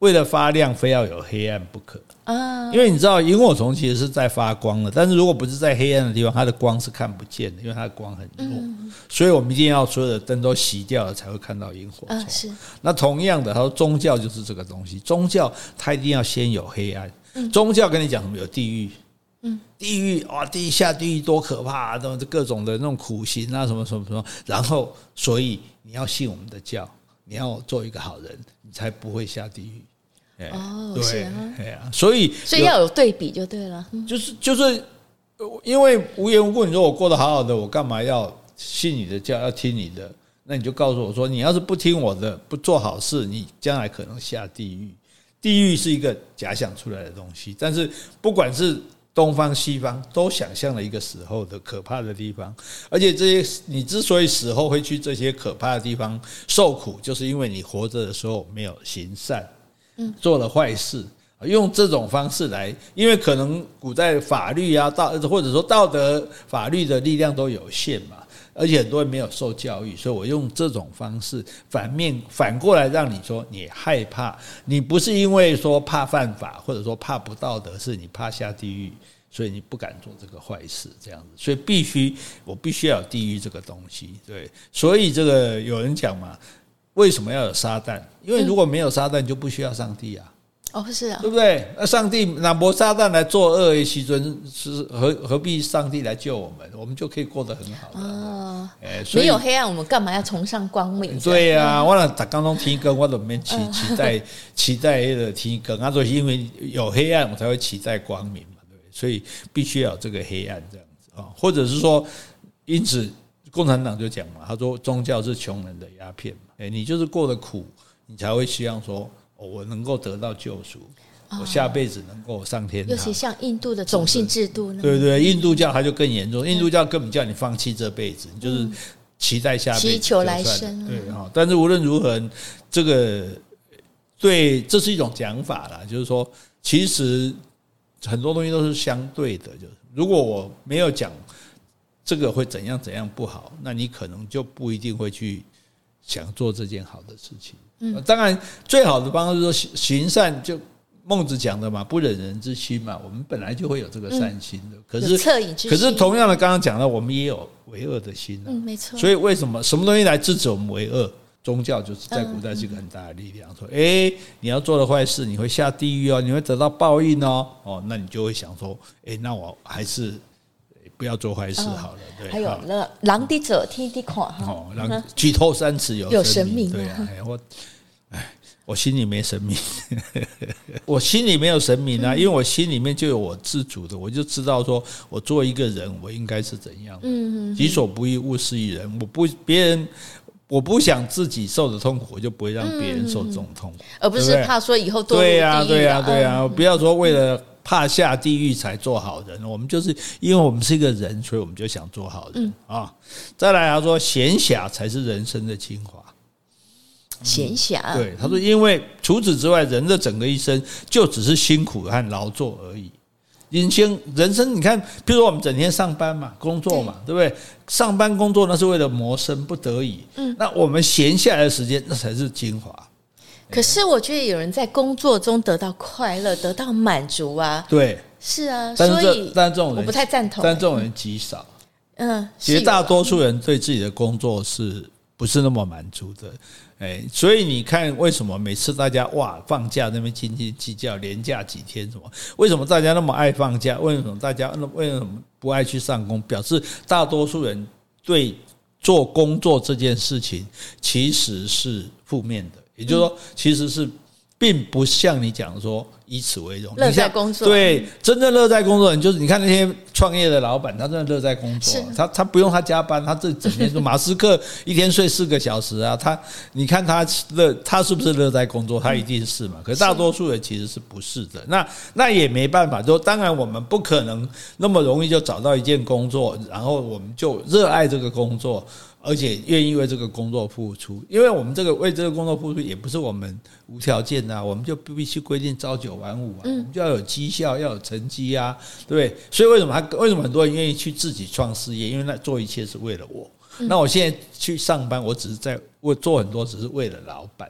为了发亮非要有黑暗不可因为你知道萤火虫其实是在发光的，但是如果不是在黑暗的地方，它的光是看不见的，因为它的光很弱所以我们一定要所有的灯都熄掉了才会看到萤火虫是。 那同样的他说宗教就是这个东西，宗教它一定要先有黑暗宗教跟你讲什么有地狱地狱哇，下地狱多可怕各种的那种苦行啊，什么什么什么，然后所以你要信我们的教，你要做一个好人，你才不会下地狱。对， 是所以要有对比就对了。 就是因为无缘无故你说我过得好好的，我干嘛要信你的教，要听你的？那你就告诉我说，你要是不听我的，不做好事，你将来可能下地狱。地狱是一个假想出来的东西，但是不管是东方西方都想象了一个死后的可怕的地方，而且这些你之所以死后会去这些可怕的地方受苦，就是因为你活着的时候没有行善做了坏事，用这种方式来，因为可能古代法律啊或者说道德法律的力量都有限嘛，而且很多人没有受教育，所以我用这种方式反过来让你说你害怕，你不是因为说怕犯法或者说怕不道德，是你怕下地狱，所以你不敢做这个坏事这样子，所以我必须要有地狱这个东西。对，所以这个有人讲嘛，为什么要有撒旦？因为如果没有撒旦就不需要上帝啊。 是啊， 对不对？那上帝拿没撒旦来做恶的时候，是何必上帝来救我们？我们就可以过得很好的。 没有黑暗，我们干嘛要崇尚光明？ 对啊，我打刚刚天光，我都没期待那个天光啊，就是因为有黑暗，我才会期待光明嘛，对不对？所以必须要有这个黑暗这样子啊，或者是说，因此共产党就讲嘛，他说宗教是穷人的鸦片嘛，你就是过得苦，你才会希望说。我能够得到救赎，我下辈子能够上天堂。 尤其像印度的种姓制度呢？ 对对，印度教它就更严重，印度教根本叫你放弃这辈子，你就是期待下辈子， 祈求来生。 对哈，但是无论如何，这个对，这是一种讲法啦，就是说，其实很多东西都是相对的，就是如果我没有讲这个会怎样怎样不好，那你可能就不一定会去想做这件好的事情。当然最好的方式是说行善，就孟子讲的嘛，不忍人之心嘛，我们本来就会有这个善心的。可是同样的，刚刚讲到我们也有为恶的心没错。 所以为什么什么东西来制止我们为恶？宗教就是在古代是一个很大的力量，说你要做了坏事你会下地狱哦，你会得到报应哦，那你就会想说那我还是不要做坏事好了。对， 还有那人的走天的看人举头三尺有神明。对啊，我心里没神明我心里没有神明啊，因为我心里面就有我自主的，我就知道说我做一个人我应该是怎样的。己所不欲勿施于人，我不想自己受的痛苦，我就不会让别人受这种痛苦， 而不是怕说以后堕入地狱。 对啊，不要说为了怕下地狱才做好人，我们就是因为我们是一个人，所以我们就想做好人再来他说闲暇才是人生的精华。 闲暇， 对，他说因为除此之外，人的整个一生就只是辛苦和劳作而已。人生你看，比如说我们整天上班嘛，工作嘛，对不对？上班工作那是为了谋生，不得已。那我们闲下来的时间，那才是精华。 可是我觉得有人在工作中得到快乐，得到满足啊。 对， 是啊， 但这种人我不太赞同。 但这种人极少。绝大多数人对自己的工作是不是那么满足的？所以你看，为什么每次大家放假那边斤斤计较，连假几天什么？为什么大家那么爱放假？为什么不爱去上工？表示大多数人对做工作这件事情其实是负面的，也就是说，其实是并不像你讲说以此为荣， 乐在工作。 对，真正乐在工作的人，就是你看那些创业的老板，他真的乐在工作，他不用他加班，他这整天说马斯克一天睡4个小时啊，你看他是不是乐在工作？他一定是嘛。可是大多数人其实是不是的，那也没办法，就当然我们不可能那么容易就找到一件工作，然后我们就热爱这个工作。而且愿意为这个工作付出，因为我们为这个工作付出也不是我们无条件的我们就必须规定朝9晚5我们就要有绩效，要有成绩啊，对不对？所以为什么很多人愿意去自己创事业？因为那做一切是为了我。那我现在去上班，我做很多只是为了老板的，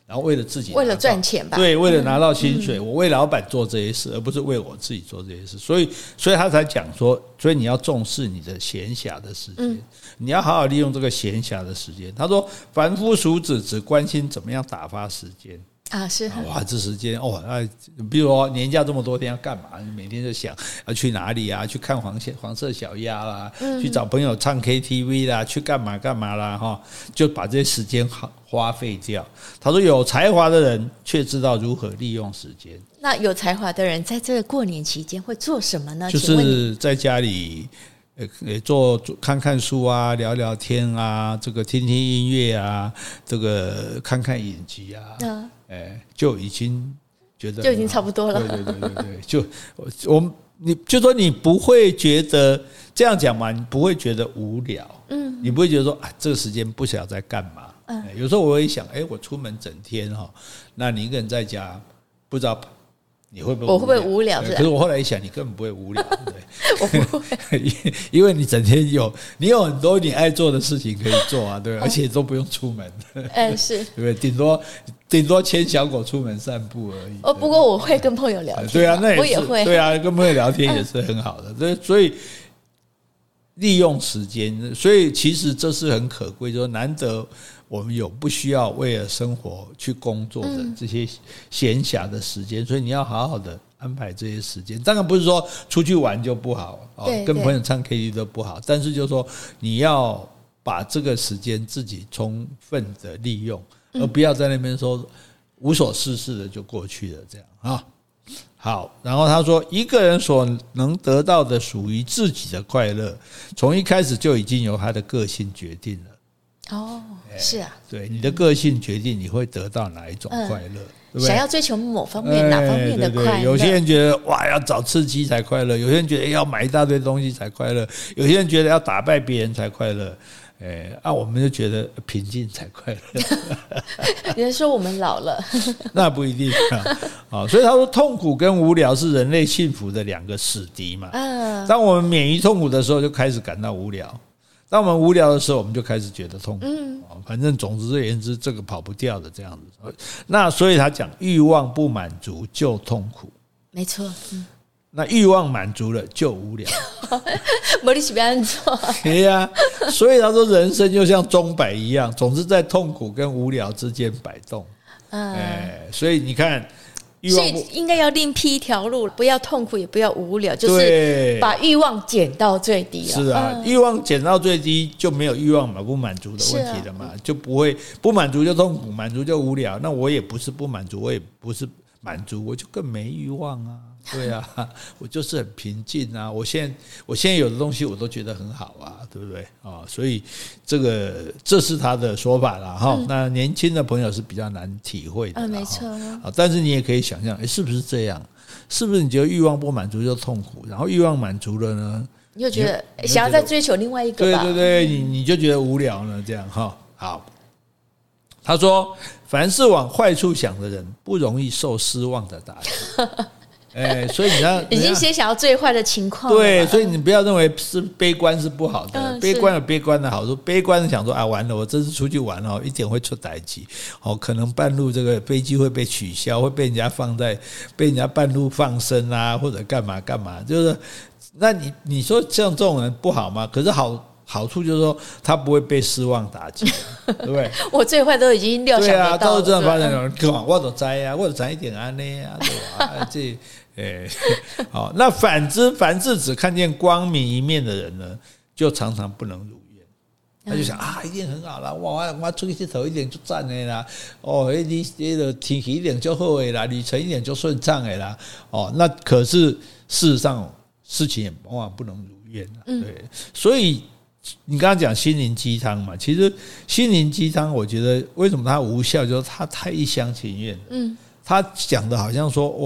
然后为了自己为了赚钱吧， 对，为了拿到薪水，我为老板做这些事，而不是为我自己做这些事。所以他才讲说，所以你要重视你的闲暇的时间，你要好好利用这个闲暇的时间。他说，凡夫俗子只关心怎么样打发时间。 是哇，这时间比如说年假这么多天要干嘛？你每天就想要去哪里啊？去看黄色小鸭啦，去找朋友唱 KTV 啦，去干嘛啦哈，就把这些时间花费掉。他说，有才华的人却知道如何利用时间。 那有才华的人在这个过年期间会做什么呢？ 就是在家里看看书啊，聊聊天啊，这个听听音乐啊，这个看看影集啊，就已经觉得就已经差不多了。 对，你就说你不会觉得这样讲嘛，你不会觉得无聊，你不会觉得说这个时间不晓得在干嘛。有时候我会想，我出门整天哈，那你一个人在家不知道。你会不会？ 我会不会无聊？ 可是我后来一想，你根本不会无聊，对我不会， 因为你整天你有很多你爱做的事情可以做啊，对，而且都不用出门， 是， 对不对？顶多牵小狗出门散步而已。 不过我会跟朋友聊天， 对啊，那我也会， 对啊，跟朋友聊天也是很好的，所以利用时间，所以其实这是很可贵，就是难得。我们有不需要为了生活去工作的这些闲暇的时间，所以你要好好的安排这些时间。当然不是说出去玩就不好，跟朋友唱 KTV 都不好，但是就是说你要把这个时间自己充分的利用，而不要在那边说无所事事的就过去了这样啊。好，然后他说，一个人所能得到的属于自己的快乐，从一开始就已经由他的个性决定了。 是啊， 对，你的个性决定你会得到哪一种快乐，对不对？ 想要追求某方面哪方面的快乐？ 对，有些人觉得哇要找刺激才快乐，有些人觉得要买一大堆东西才快乐，有些人觉得要打败别人才快乐。我们就觉得平静才快乐。 你是说我们老了？ 那不一定啊。所以他说，痛苦跟无聊是人类幸福的两个死敌嘛。当我们免于痛苦的时候，就开始感到无聊。当我们无聊的时候，我们就开始觉得痛苦。反正总之而言之，这个跑不掉的这样子。那所以他讲，欲望不满足就痛苦。 没错。 那欲望满足了就无聊。 没你是不要安做。 对呀，所以他说人生就像钟摆一样，总是在痛苦跟无聊之间摆动。所以你看。 所以应该要另辟一条路，不要痛苦，也不要无聊，就是把欲望减到最低了。 是啊，欲望减到最低，就没有欲望不满足的问题了嘛，就不会不满足就痛苦，满足就无聊。那我也不是不满足，我也不是满足，我就更没欲望啊。对啊，我就是很平静啊。我现在有的东西我都觉得很好啊，对不对啊？所以这是他的说法啦哈。那年轻的朋友是比较难体会的， 没错。 但是你也可以想象，是不是这样？是不是你觉得欲望不满足就痛苦，然后欲望满足了呢， 你就觉得想要再追求另外一个吧？ 对，你就觉得无聊了，这样哈。好，他说，凡是往坏处想的人，不容易受失望的打击。所以你看， 已经先想要最坏的情况了。 对，所以你不要认为是悲观是不好的，悲观有悲观的好处。悲观的想说完了，我这次出去玩一定会出代志，可能半路这个飞机会被取消，会被人家半路放生啊，或者干嘛，就是那你说像这种人不好吗？可是好处就是说他不会被失望打击，对不对？ 我最坏都已经料想得到了。 对啊，都是这样发展的。我都知啊，我就知一点安内啊，对吧？好，那反之，凡是只看见光明一面的人呢，就常常不能如愿。他就想一定很好啦，我出去佚佗一定就赞的啦，你的天气一定就好的啦，旅程一定就顺畅的啦，那可是事实上事情也往往不能如愿对，所以你刚刚讲心灵鸡汤嘛，其实心灵鸡汤，我觉得为什么它无效，就是它太一厢情愿了。他讲的好像说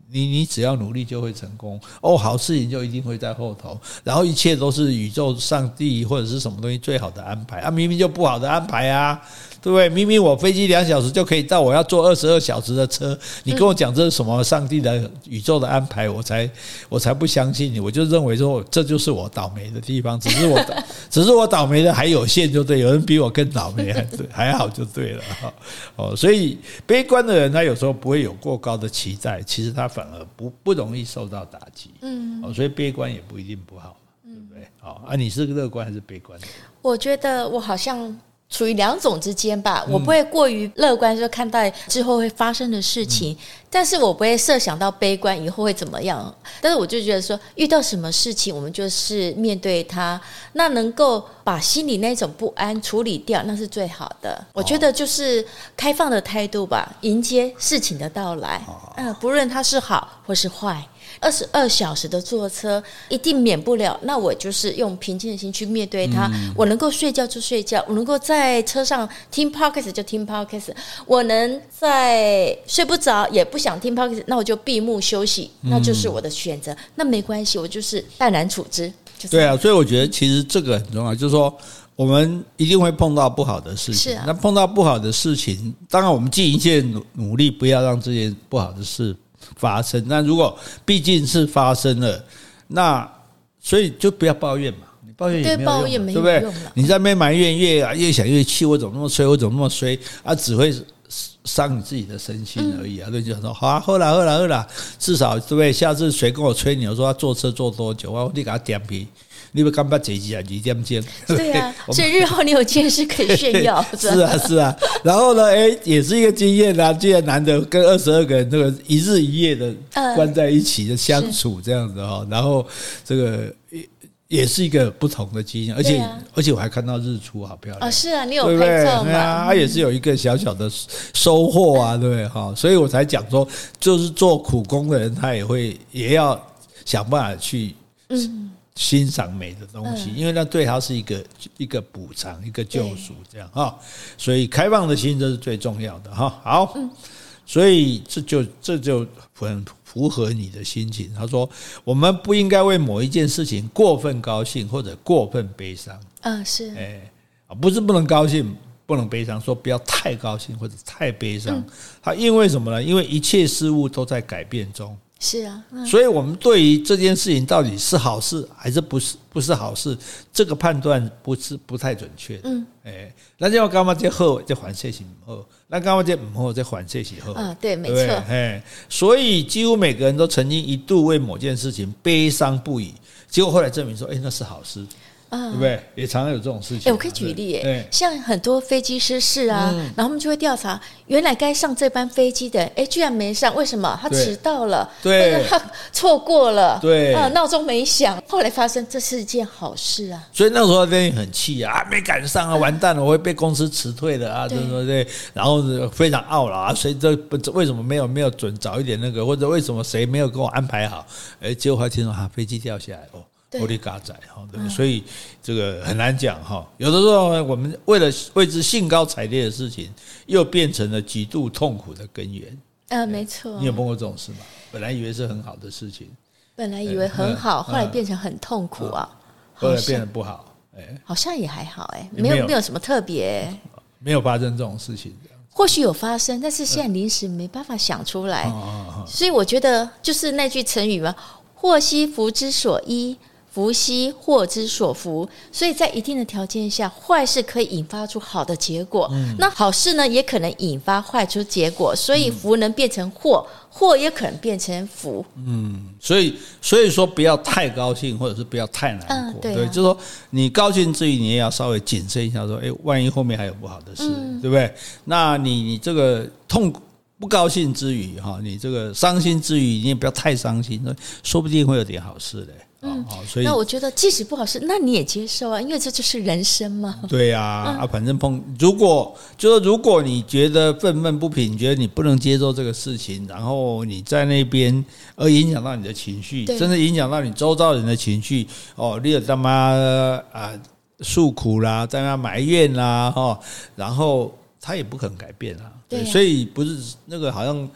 你只要努力就会成功好事情就一定会在后头，然后一切都是宇宙上帝或者是什么东西最好的安排明明就不好的安排啊，对不对？明明我飞机2小时就可以到，我要坐22小时的车，你跟我讲这是什么上帝的宇宙的安排，我才不相信你。我就认为说这就是我倒霉的地方，只是我倒霉的还有限就对，有人比我更倒霉还好就对了所以悲观的人他有时候不会有过高的期待，其实他反而不容易受到打击所以悲观也不一定不好对不对你是乐观还是悲观的？ 我觉得我好像处于2种之间吧，我不会过于乐观说看待之后会发生的事情但是我不会设想到悲观以后会怎么样，但是我就觉得说遇到什么事情我们就是面对它，那能够把心里那种不安处理掉，那是最好的。我觉得就是开放的态度吧，迎接事情的到来不论它是好或是坏，22小时的坐车一定免不了，那我就是用平静的心去面对它我能够睡觉就睡觉，我能够在车上听 podcast 就听 podcast， 我能在睡不着也不想听 podcast， 那我就闭目休息那就是我的选择那没关系，我就是淡然处之对啊，所以我觉得其实这个很重要，就是说我们一定会碰到不好的事情那碰到不好的事情，当然我们尽一切努力不要让这件不好的事发生，那如果毕竟是发生了，那所以就不要抱怨嘛，你抱怨也没有用，对不对？你在那边埋怨越想越气，我怎么那么衰，我怎么那么衰只会伤你自己的身心而已就想说好啦，至少对不对？下次谁跟我吹牛说他坐车坐多久你给他点皮，你不干巴这几2点钟对啊，所以日后你有件事可以炫耀是啊然后呢也是一个经验既然难得跟22个人这个一日一夜的关在一起的相处这样子然后这个也是一个不同的经验，而且我还看到日出好漂亮是啊，你有拍照吗？ 它也是有一个小小的收获对不对所以我才讲说就是做苦工的人他也要想办法去欣赏美的东西因为那对他是一个补偿一个救赎这样所以开放的心这是最重要的好所以这就很符合你的心情。他说我们不应该为某一件事情过分高兴或者过分悲伤是不是不能高兴不能悲伤，说不要太高兴或者太悲伤他因为什么呢？因为一切事物都在改变中是啊所以我们对于这件事情到底是好事还是不是好事，这个判断不太准确的那就干嘛这好这反射是不好，那干嘛这不好这反射是好对没错所以几乎每个人都曾经一度为某件事情悲伤不已，结果后来证明说那是好事对不对？也常常有这种事情我可以举例像很多飞机失事然后他们就会调查原来该上这班飞机的居然没上，为什么？他迟到了对， 或者他错过了对闹钟没响，后来发现这是一件好事所以那时候真的很气没赶上完蛋了，我会被公司辞退的对不对？然后非常懊恼所以为什么没有准早一点那个，或者为什么谁没有跟我安排好结果还听说飞机掉下来我的嘎仔所以这个很难讲有的时候我们为之兴高采烈的事情又变成了极度痛苦的根源没错你有碰过这种事吗？本来以为是很好的事情， 本来以为很好后来变成很痛苦后来变得不好好像也还好没有什么特别没有发生这种事情或许有发生，但是现在临时没办法想出来所以我觉得就是那句成语嘛，祸兮福之所依，福兮祸之所伏，所以在一定的条件下，坏事可以引发出好的结果那好事呢也可能引发坏出结果，所以福能变成祸，祸也可能变成福所以说不要太高兴或者是不要太难过对就是说你高兴之余你也要稍微谨慎一下说万一后面还有不好的事对不对？那你这个不高兴之余你这个伤心之余你也不要太伤心，说不定会有点好事的所以那我觉得即使不好事那你也接受因为这就是人生嘛对反正如果你觉得愤愤不平，你觉得你不能接受这个事情，然后你在那边而影响到你的情绪，真的影响到你周遭人的情绪你有他妈诉苦啦，在那埋怨啦然后他也不可能改变对所以不是那个好像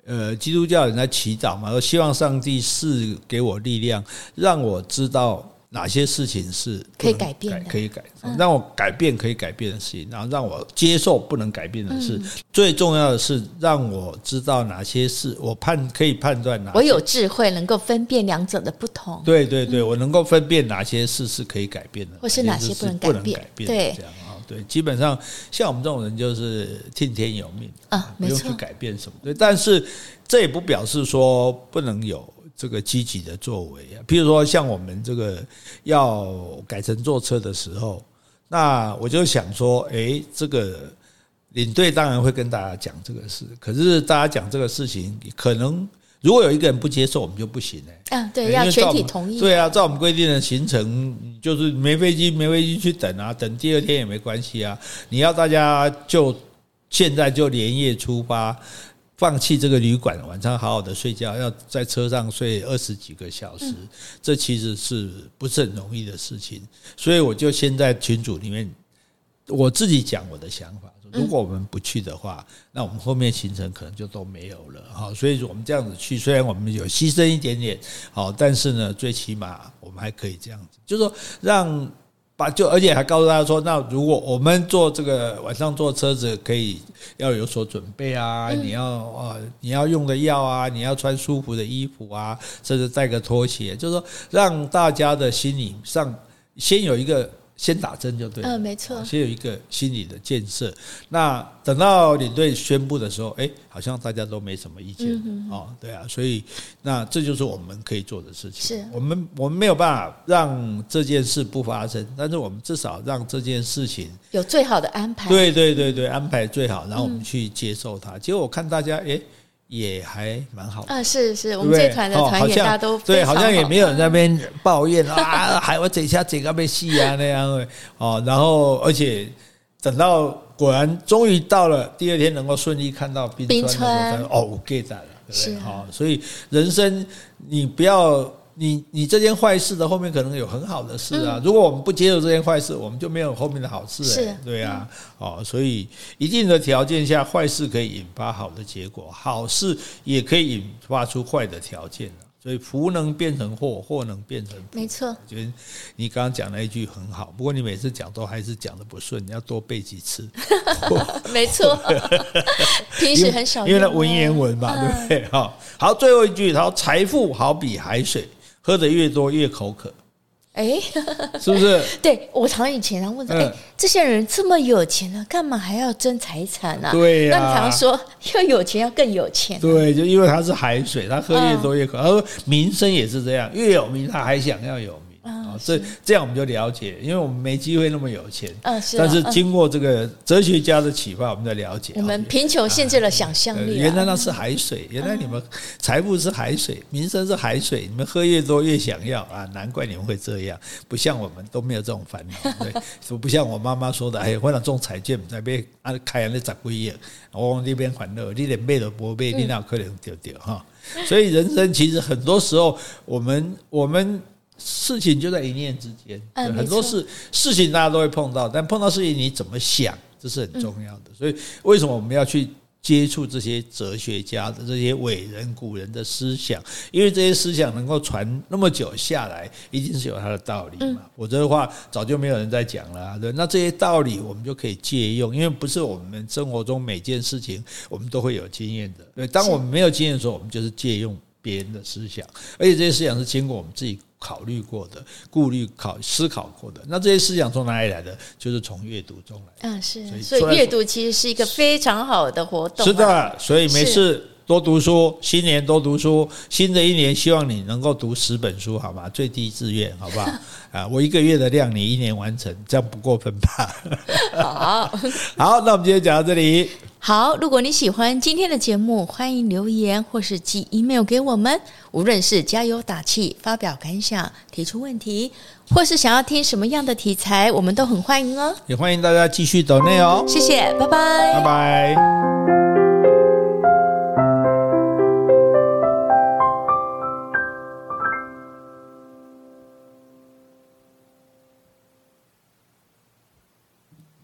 基督教人在祈祷嘛，说希望上帝是给我力量，让我知道哪些事情是可以改变的， 可以改，让我改变可以改变的事情，然后让我接受不能改变的事。最重要的是让我知道哪些事我可以判断我有智慧能够分辨两者的不同。 对对对，我能够分辨哪些事是可以改变的， 或是哪些不能改变。 对，这样对，基本上像我们这种人就是听天由命啊，不用去改变什么。对，但是这也不表示说不能有这个积极的作为啊。譬如说像我们这个要改成坐车的时候，那我就想说，这个领队当然会跟大家讲这个事，可是大家讲这个事情，可能如果有一个人不接受，我们就不行对，要全体同意。 对啊，照我们规定的行程，就是没飞机去等啊，等第二天也没关系啊。你要大家就现在就连夜出发，放弃这个旅馆，晚上好好的睡觉，要在车上睡20几个小时，这其实是不是很容易的事情？所以我就先在群组里面，我自己讲我的想法。如果我们不去的话，那我们后面行程可能就都没有了。所以我们这样子去，虽然我们有牺牲一点点，但是呢，最起码我们还可以这样子，就是说而且还告诉大家说，那如果我们坐这个晚上坐车子，可以要有所准备啊，你要用的药啊，你要穿舒服的衣服啊，甚至带个拖鞋，就是说让大家的心理上先有一个。先打针就对了， 没错， 先有一个心理的建设。那等到领队宣布的时候，好像大家都没什么意见，对啊，所以那这就是我们可以做的事情。是我们没有办法让这件事不发生，但是我们至少让这件事情有最好的安排。 对对对对，安排最好，然后我们去接受它。结果我看大家也还蛮好的是我们这团的团员大家都对，好像也没有人在那边抱怨还我这下个被戏啊那样然后而且等到果然终于到了第二天能够顺利看到冰川我 get 了，对不对？所以人生你不要。你这件坏事的后面可能有很好的事啊！如果我们不接受这件坏事，我们就没有后面的好事对啊，所以一定的条件下，坏事可以引发好的结果，好事也可以引发出坏的条件。所以福能变成祸，祸能变成福。 没错， 我觉得你刚刚讲那一句很好，不过你每次讲都还是讲得不顺，你要多背几次。 没错，平时很少用， 因为那文言文嘛，对不对？好，最后一句，他说财富好比海水，喝得越多越口渴。是不是？ 对，我以前问说，这些人这么有钱了，干嘛还要争财产啊？ 对呀， 那你常说要有钱要更有钱， 对，就因为他是海水，他喝越多越渴。他说民生也是这样，越有名他还想要有名。这样我们就了解，因为我们没机会那么有钱，但是经过这个哲学家的启发，我们就了解， 我们贫穷限制了想象力。 原来那是海水，原来你们财富是海水，民生是海水，你们喝越多越想要啊，难怪你们会这样，不像我们都没有这种烦恼，对，不像我妈妈说的，我想中彩券在被开那10几亿，我往那边烦恼，你连买都不买，你哪有可能丢哈？所以人生其实很多时候，我们事情就在一念之间，很多事情大家都会碰到，但碰到事情你怎么想，这是很重要的。所以为什么我们要去接触这些哲学家的这些伟人古人的思想？因为这些思想能够传那么久下来，一定是有它的道理嘛。否则的话，早就没有人在讲了。对，那这些道理我们就可以借用，因为不是我们生活中每件事情我们都会有经验的。对，当我们没有经验的时候，我们就是借用别人的思想，而且这些思想是经过我们自己考虑过的、顾虑、思考过的。那这些思想从哪里来的？就是从阅读中来。 所以阅读其实是一个非常好的活动。 是的，所以没事多读书，新年多读书。新的一年希望你能够读10本书，好吗？最低志愿，好不好？我1个月的量，你1年完成，这样不过分吧？好，那我们今天讲到这里。 好，如果你喜欢今天的节目，欢迎留言或是寄 email 给我们。无论是加油打气、发表感想、提出问题，或是想要听什么样的题材，我们都很欢迎哦。 也欢迎大家继续抖内哦。 谢谢，拜拜， 拜拜。